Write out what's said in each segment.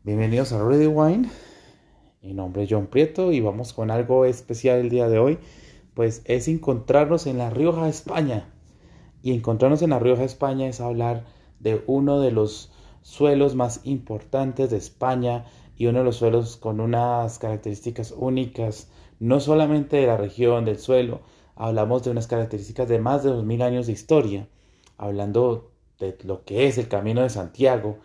Bienvenidos a Ready Wine. Mi nombre es John Prieto y vamos con algo especial el día de hoy. Pues es encontrarnos en La Rioja, España. Y encontrarnos en La Rioja, España es hablar de uno de los suelos más importantes de España y uno de los suelos con unas características únicas, no solamente de la región, del suelo, hablamos de unas características de más de 2000 años de historia, hablando de lo que es el Camino de Santiago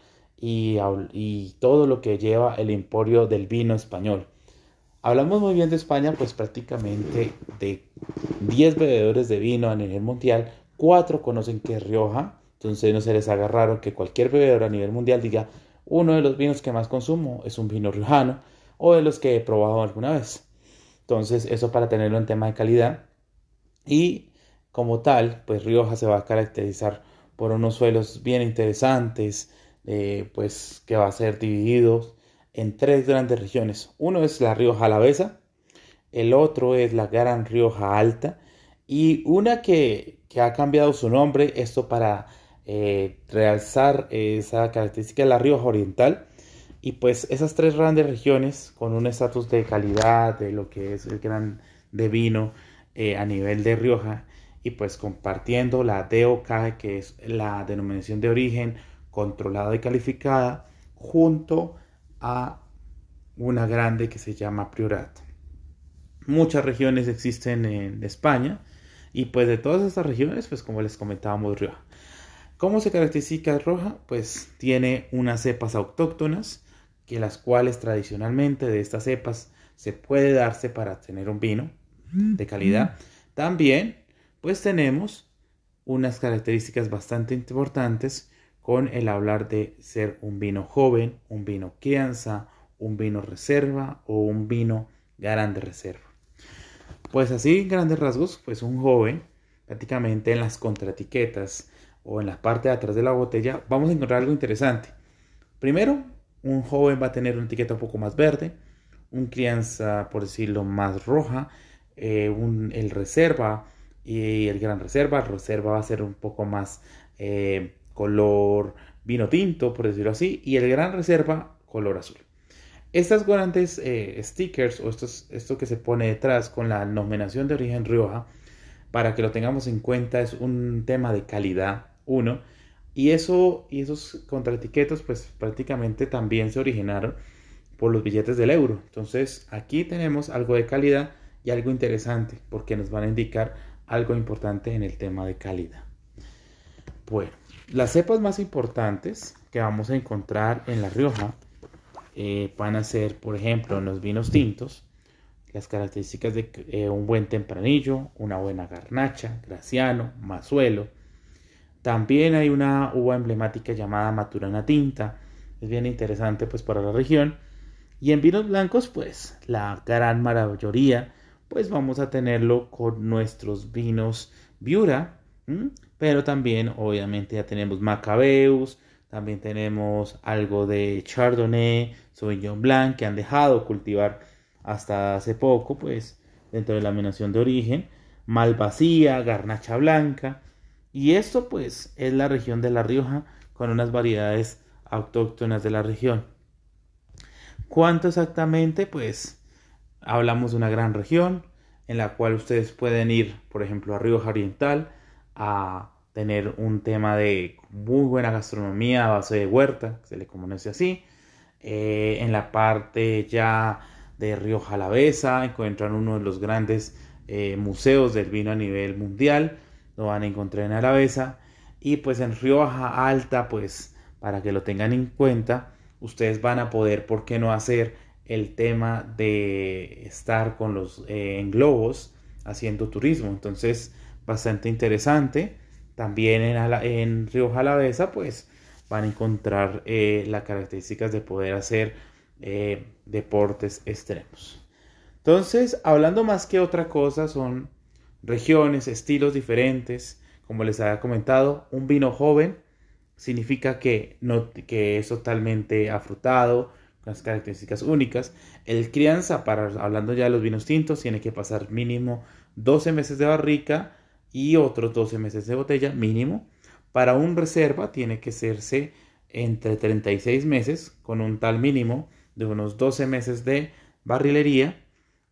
y todo lo que lleva el emporio del vino español. Hablamos muy bien de España, pues prácticamente de 10 bebedores de vino a nivel mundial, 4 conocen que es Rioja. Entonces no se les haga raro que cualquier bebedor a nivel mundial diga, uno de los vinos que más consumo es un vino riojano o de los que he probado alguna vez. Entonces eso para tenerlo en tema de calidad. Y como tal, pues Rioja se va a caracterizar por unos suelos bien interesantes, pues que va a ser divididos en tres grandes regiones. Uno es la Rioja Alavesa, el otro es la Gran Rioja Alta y una que ha cambiado su nombre, esto para realzar esa característica de la Rioja Oriental. Y pues esas tres grandes regiones con un estatus de calidad de lo que es el gran de vino a nivel de Rioja y pues compartiendo la DOC, que es la denominación de origen controlada y calificada, junto a una grande que se llama Priorat. Muchas regiones existen en España y pues de todas estas regiones, pues como les comentábamos, Rioja. ¿Cómo se caracteriza Rioja? Pues tiene unas cepas autóctonas, que las cuales tradicionalmente de estas cepas se puede darse para tener un vino de calidad. También, pues tenemos unas características bastante importantes con el hablar de ser un vino joven, un vino crianza, un vino reserva o un vino grande reserva. Pues así, en grandes rasgos, pues un joven, prácticamente en las contraetiquetas o en la parte de atrás de la botella, vamos a encontrar algo interesante. Primero, un joven va a tener una etiqueta un poco más verde, un crianza, por decirlo, más roja, el reserva y el gran reserva. El reserva va a ser un poco más color vino tinto, por decirlo así, y el gran reserva color azul. Estas grandes stickers o esto que se pone detrás con la denominación de origen Rioja, para que lo tengamos en cuenta, es un tema de calidad, uno. Y esos contraetiquetos, pues prácticamente también se originaron por los billetes del euro. Entonces, aquí tenemos algo de calidad y algo interesante, porque nos van a indicar algo importante en el tema de calidad. Bueno, las cepas más importantes que vamos a encontrar en La Rioja van a ser, por ejemplo, en los vinos tintos, las características de un buen tempranillo, una buena garnacha, graciano, mazuelo. También hay una uva emblemática llamada Maturana Tinta, es bien interesante pues para la región. Y en vinos blancos pues la gran mayoría pues vamos a tenerlo con nuestros vinos Viura, ¿m? Pero también obviamente ya tenemos Macabeus, también tenemos algo de Chardonnay, Sauvignon Blanc que han dejado cultivar hasta hace poco pues dentro de la denominación de origen, Malvasía, Garnacha Blanca. Y esto pues es la región de La Rioja con unas variedades autóctonas de la región. ¿Cuánto exactamente? Pues hablamos de una gran región en la cual ustedes pueden ir, por ejemplo, a Rioja Oriental a tener un tema de muy buena gastronomía a base de huerta, se le conoce así. En la parte ya de Rioja Alavesa encuentran uno de los grandes museos del vino a nivel mundial, lo van a encontrar en Alavesa. Y pues en Rioja Alta, pues para que lo tengan en cuenta, ustedes van a poder, ¿por qué no hacer el tema de estar con los en globos haciendo turismo? Entonces, bastante interesante. También en Rioja Alavesa, pues van a encontrar las características de poder hacer deportes extremos. Entonces, hablando más que otra cosa, son regiones, estilos diferentes. Como les había comentado, un vino joven significa que, no, que es totalmente afrutado, con las características únicas. El crianza, hablando ya de los vinos tintos, tiene que pasar mínimo 12 meses de barrica y otros 12 meses de botella mínimo. Para un reserva tiene que hacerse entre 36 meses, con un tal mínimo de unos 12 meses de barrilería,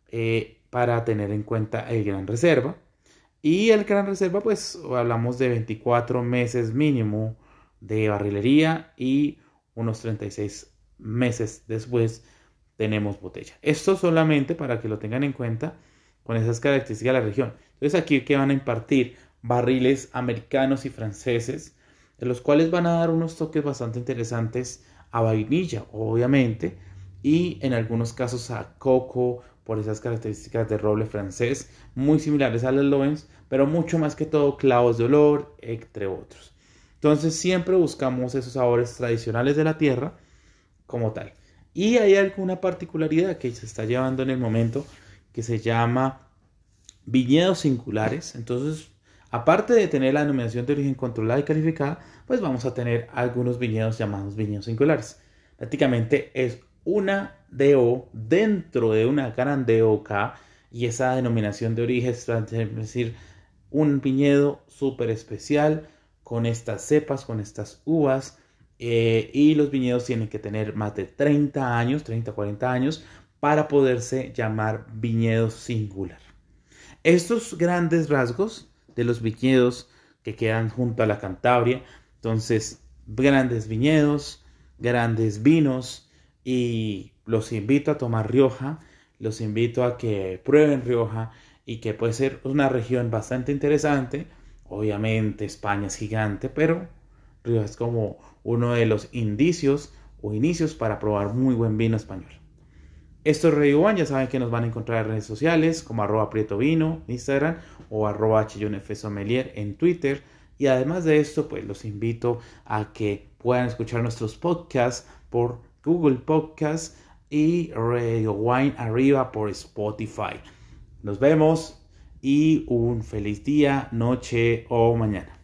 para tener en cuenta el Gran Reserva. Y el Gran Reserva, pues hablamos de 24 meses mínimo de barrilería y unos 36 meses después tenemos botella. Esto solamente para que lo tengan en cuenta con esas características de la región. Entonces aquí que van a impartir barriles americanos y franceses, de los cuales van a dar unos toques bastante interesantes a vainilla, obviamente, y en algunos casos a coco, por esas características de roble francés, muy similares a las Lovens, pero mucho más que todo clavos de olor, entre otros. Entonces siempre buscamos esos sabores tradicionales de la tierra como tal. Y hay alguna particularidad que se está llevando en el momento que se llama viñedos singulares. Entonces, aparte de tener la denominación de origen controlada y calificada, pues vamos a tener algunos viñedos llamados viñedos singulares. Prácticamente es una DO dentro de una gran DOK, y esa denominación de origen es decir, un viñedo súper especial con estas cepas, con estas uvas, y los viñedos tienen que tener más de 30 años, 30, 40 años, para poderse llamar viñedo singular. Estos grandes rasgos de los viñedos que quedan junto a la Cantabria, entonces grandes viñedos, grandes vinos, y los invito a tomar Rioja, los invito a que prueben Rioja, y que puede ser una región bastante interesante. Obviamente España es gigante, pero Rioja es como uno de los indicios o inicios para probar muy buen vino español. Esto es Radio One, ya saben que nos van a encontrar en redes sociales como @prietovino en Instagram o @hfsommelier en Twitter. Y además de esto, pues los invito a que puedan escuchar nuestros podcasts por Google Podcasts y Radio Wine arriba por Spotify. Nos vemos y un feliz día, noche o mañana.